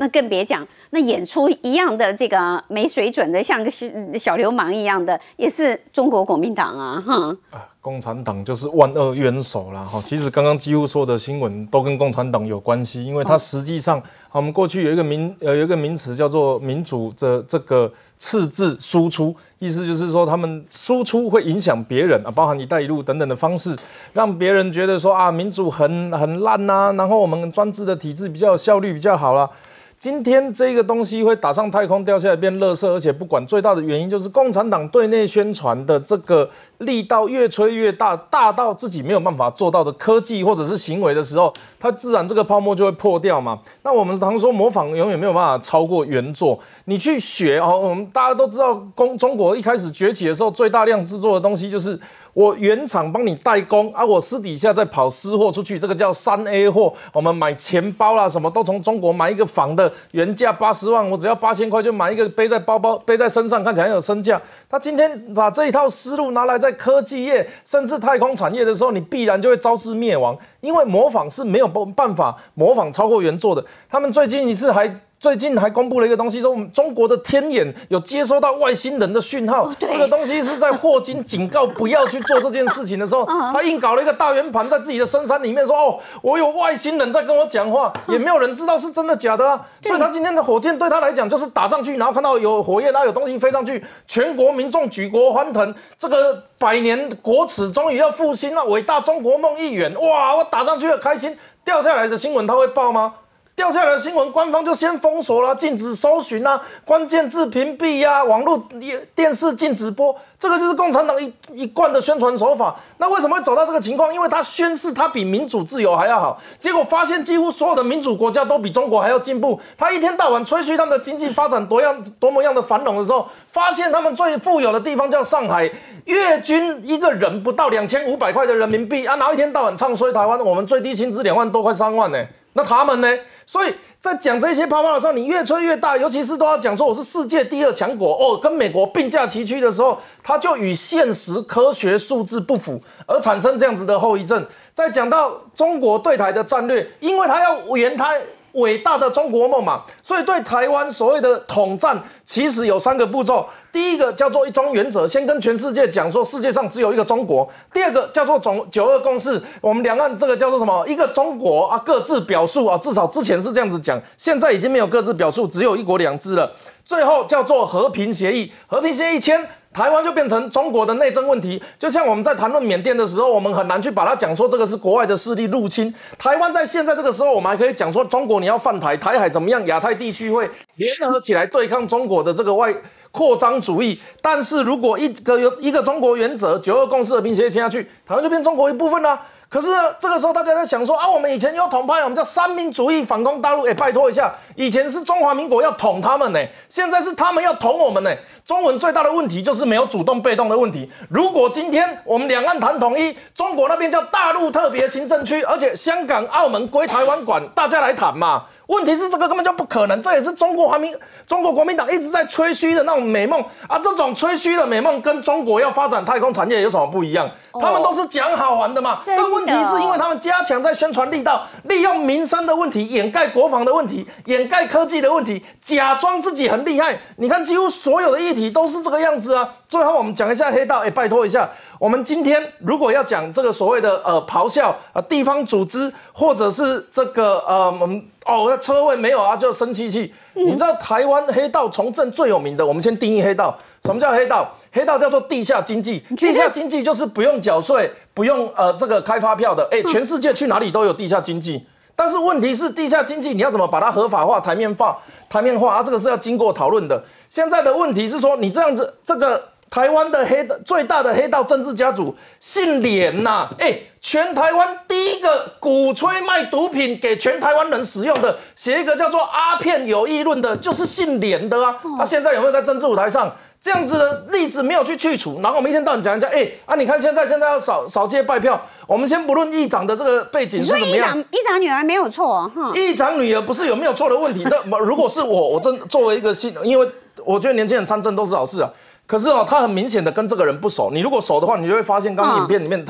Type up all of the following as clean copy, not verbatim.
那更别讲那演出一样的这个没水准的，像个小流氓一样的，也是中国国民党啊，哈。 共产党就是万恶元首啦，哈。其实刚刚几乎所有的新闻都跟共产党有关系，因为它实际上，我们过去有一个名词叫做民主的这个赤字输出，意思就是说他们输出会影响别人啊，包含“一带一路”等等的方式，让别人觉得说啊，民主很烂呐，然后我们专制的体制比较有效率比较好啦。今天这个东西会打上太空掉下来变垃圾，而且不管最大的原因就是共产党对内宣传的这个力道越吹越大，大到自己没有办法做到的科技或者是行为的时候，它自然这个泡沫就会破掉嘛。那我们常说模仿永远没有办法超过原作，你去学哦，我们大家都知道，中国一开始崛起的时候，最大量制作的东西就是我原厂帮你代工啊，我私底下再跑私货出去，这个叫3A 货。我们买钱包啦，什么都从中国买一个仿的，原价80万，我只要8000块就买一个，背在包包、背在身上，看起来很有身价。他今天把这一套思路拿来在科技业甚至太空产业的时候，你必然就会招致灭亡，因为模仿是没有办法模仿超过原作的。他们最近还公布了一个东西，说我们中国的天眼有接收到外星人的讯号，这个东西是在霍金警告不要去做这件事情的时候，他硬搞了一个大圆盘在自己的深山里面说，哦，我有外星人在跟我讲话，也没有人知道是真的假的啊。所以他今天的火箭对他来讲就是打上去，然后看到有火焰，然后有东西飞上去，全国民众举国欢腾，这个100年国耻终于要复兴了，伟大中国梦一圆，哇，我打上去了，开心。掉下来的新闻他会报吗？掉下来的新闻，官方就先封锁了，禁止搜寻啊，关键字屏蔽啊，网络电视禁止播，这个就是共产党一贯的宣传手法。那为什么会走到这个情况？因为他宣示他比民主自由还要好，结果发现几乎所有的民主国家都比中国还要进步。他一天到晚吹嘘他们的经济发展多么样的繁荣的时候，发现他们最富有的地方叫上海，月均一个人不到2500块的人民币啊，然后一天到晚唱衰台湾，我们最低薪资2万多块3万呢。那他们呢？所以在讲这些泡泡的时候，你越吹越大，尤其是都要讲说我是世界第2强国哦，跟美国并驾齐驱的时候，它就与现实科学数字不符，而产生这样子的后遗症。再讲到中国对台的战略，因为它要圆它伟大的中国梦嘛，所以对台湾所谓的统战，其实有3个步骤。第一个叫做一中原则，先跟全世界讲说世界上只有一个中国。第二个叫做9·2共识，我们两岸这个叫做什么？一个中国啊，各自表述啊，至少之前是这样子讲，现在已经没有各自表述，只有1国2制了。最后叫做和平协议，和平协议签，台湾就变成中国的内政问题。就像我们在谈论缅甸的时候，我们很难去把它讲说这个是国外的势力入侵台湾。在现在这个时候，我们还可以讲说中国你要犯台，台海怎么样？亚太地区会联合起来对抗中国的这个扩张主义。但是如果一个中国原则9·2共识和平协议签下去，台湾就变中国一部分啦。可是呢，这个时候大家在想说啊，我们以前有统派，我们叫三民主义反攻大陆，拜托一下，以前是中华民国要统他们呢，现在是他们要统我们呢。中文最大的问题就是没有主动被动的问题。如果今天我们两岸谈统一，中国那边叫大陆特别行政区，而且香港、澳门归台湾管，大家来谈嘛。问题是这个根本就不可能，这也是中国国民党一直在吹嘘的那种美梦啊！这种吹嘘的美梦跟中国要发展太空产业有什么不一样？他们都是讲好玩的嘛。但问题是因为他们加强在宣传力道，利用民生的问题掩盖国防的问题，掩盖科技的问题，假装自己很厉害。你看，几乎所有的议题都是这个样子啊。最后我们讲一下黑道，拜托一下。我们今天如果要讲这个所谓的咆哮地方组织，或者是这个车位没有啊就生气。你知道台湾黑道从政最有名的，我们先定义黑道。什么叫黑道？黑道叫做地下经济。地下经济就是不用缴税，不用这个开发票的。全世界去哪里都有地下经济。但是问题是，地下经济你要怎么把它合法化、台面化啊？这个是要经过讨论的。现在的问题是说，你这样子这个。台湾的最大的黑道政治家族姓连呐，全台湾第一个鼓吹卖毒品给全台湾人使用的，写一个叫做阿片有议论的，就是姓连的啊。他现在有没有在政治舞台上？这样子的例子没有去除，然后我们一天到晚讲一讲，你看现在要扫街拜票，我们先不论议长的这个背景是怎么样， 议长女儿没有错哈， 议长女儿不是有没有错的问题，这如果是我真作为一个因为我觉得年轻人参政都是好事啊。可是他很明显的跟这个人不熟。你如果熟的话，你就会发现，刚刚影片里面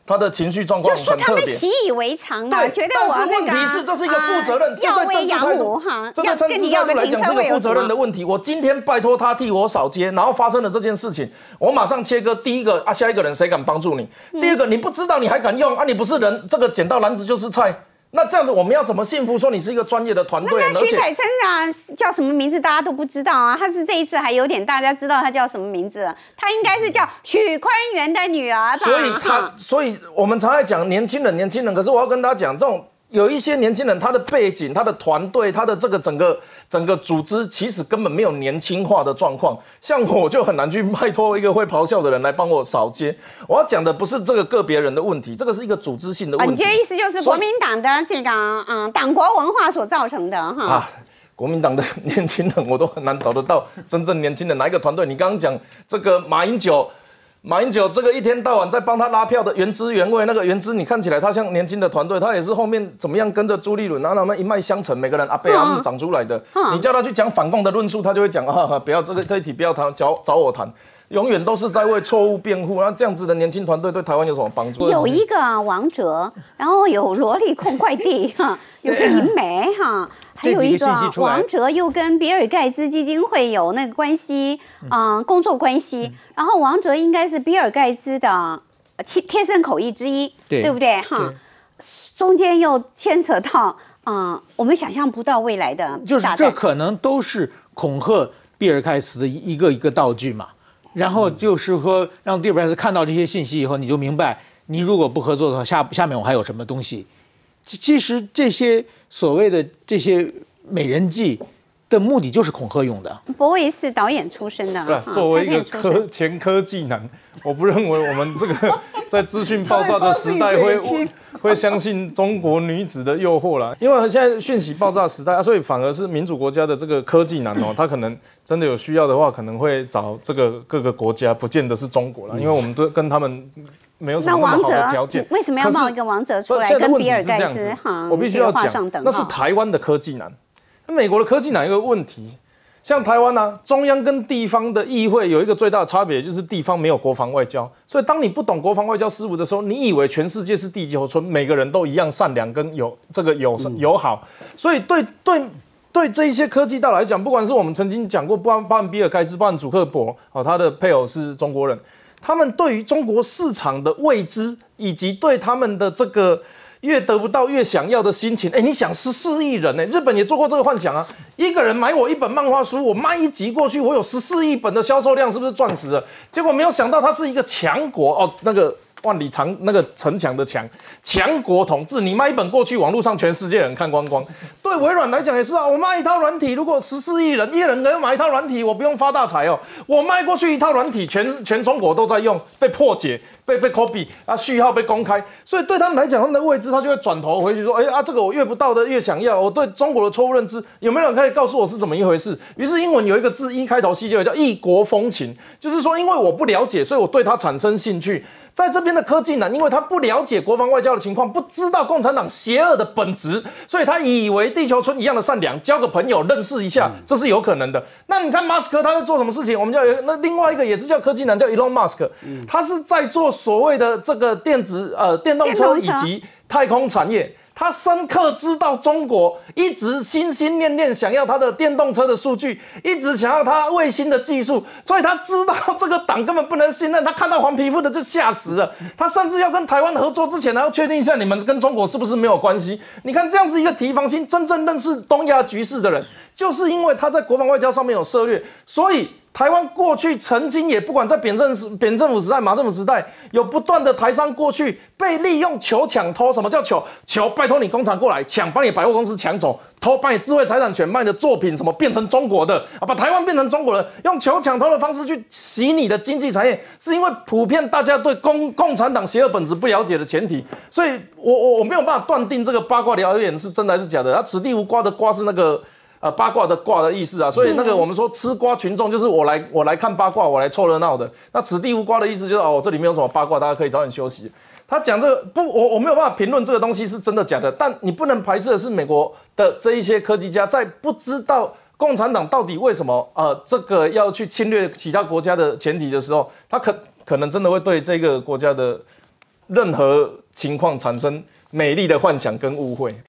他的情绪状况很特别。 就说他们习以为常了，觉得我但是问题是，这是一个负责任，这对政治态度，这对政治态度来讲是个负责任的问题。我今天拜托他替我扫街，然后发生了这件事情，我马上切割。第一个下一个人谁敢帮助你？第二个你不知道你还敢用啊？你不是人，这个捡到篮子就是菜。那这样子我们要怎么信服说你是一个专业的团队？ 那徐彩珍啊，叫什么名字大家都不知道啊，他是这一次还有点大家知道他叫什么名字，他应该是叫许坤元的女儿吧？ 所以我们常在讲年轻人，可是我要跟大家讲这种。有一些年轻人，他的背景、他的团队、他的这个整个组织，其实根本没有年轻化的状况。像我就很难去拜托一个会咆哮的人来帮我扫街。我要讲的不是这个个别人的问题，这个是一个组织性的问题。 你觉得意思就是国民党的这个党国文化所造成的哈？ 国民党的年轻人我都很难找得到真正年轻人哪一个团队？你刚刚讲这个马英九这个一天到晚在帮他拉票的原汁原味，那个原汁你看起来他像年轻的团队，他也是后面怎么样跟着朱立伦，然后他们一脉相承，每个人阿伯阿姆长出来的。你叫他去讲反共的论述，他就会讲不要这一题不要谈，找我谈，永远都是在为错误辩护。那这样子的年轻团队对台湾有什么帮助？ 有一个王哲，然后有萝莉控快递有个银梅还有一个王哲又跟比尔盖茨基金会有那个关系，工作关系。然后王哲应该是比尔盖茨的贴身口译之一，对不对？中间又牵扯到我们想象不到未来的， 就是这可能都是恐吓比尔盖茨的一个道具嘛。然后就是说，让比尔盖茨看到这些信息以后，你就明白，你如果不合作的话，下面我还有什么东西。其实这些所谓的这些美人计的目的就是恐吓用的。 博伟是导演出身的， 作为一个前科技男，我不认为我们这个在资讯爆炸的时代会相信中国女子的诱惑啦。因为现在讯息爆炸时代所以反而是民主国家的这个科技男他可能真的有需要的话，可能会找这个各个国家，不见得是中国啦，因为我们都跟他们没有什么那么好的条件。 为什么要冒一个王哲出来跟比尔盖茨我必须要讲，那是台湾的科技男。美国的科技男有一个问题，像台湾中央跟地方的议会有一个最大的差别，就是地方没有国防外交。所以当你不懂国防外交事务的时候，你以为全世界是地球村，每个人都一样善良跟友好。所以对这一些科技大来讲，不管是我们曾经讲过，包含比尔盖茨，包含祖克伯他的配偶是中国人，他们对于中国市场的未知，以及对他们的这个越得不到越想要的心情。你想14亿人日本也做过这个幻想一个人买我一本漫画书，我卖一集过去，我有14亿本的销售量，是不是赚死了？结果没有想到它是一个强国那个万里长那个城墙的强国统治，你卖一本过去，网络上全世界人看光光。对微软来讲也是我卖一套软体，如果14亿人，一人能买一套软体，我不用发大财我卖过去一套软体，全中国都在用，被破解。被 copy 序号被公开，所以对他们来讲，他们的未知，他就会转头回去说，这个我越不到的越想要，我对中国的错误认知，有没有人可以告诉我是怎么一回事？于是英文有一个字E开头，C结尾，叫异国风情，就是说，因为我不了解，所以我对它产生兴趣。在这边的科技男，因为他不了解国防外交的情况，不知道共产党邪恶的本质，所以他以为地球村一样的善良，交个朋友认识一下，这是有可能的。那你看马斯克他在做什么事情？我们那另外一个也是叫科技男，叫 Elon Musk， 他是在做所谓的这个电动车以及太空产业。他深刻知道中国一直心心念念想要他的电动车的数据，一直想要他卫星的技术，所以他知道这个党根本不能信任。他看到黄皮肤的就吓死了，他甚至要跟台湾合作之前，还要确定一下你们跟中国是不是没有关系。你看这样子一个提防心、真正认识东亚局势的人，就是因为他在国防外交上面有涉略，所以台湾过去曾经也不管在扁政府时代、马政府时代，有不断的台商过去被利用求抢偷。什么叫求？拜托你工厂过来抢，把你百货公司抢走，偷把你智慧财产权卖的作品什么变成中国的把台湾变成中国的，用求抢偷的方式去洗你的经济产业，是因为普遍大家对共产党邪恶本质不了解的前提。所以我没有办法断定这个八卦谣言是真的还是假的。此地无瓜的瓜是那个。八卦的卦的意思所以那个我们说吃瓜群众就是我来看八卦，我来凑热闹的。那此地无瓜的意思就是这里没有什么八卦，大家可以早点休息。他讲这个我没有办法评论这个东西是真的假的，但你不能排斥的是美国的这一些科技家在不知道共产党到底为什么这个要去侵略其他国家的前提的时候，他可能真的会对这个国家的任何情况产生美丽的幻想跟误会。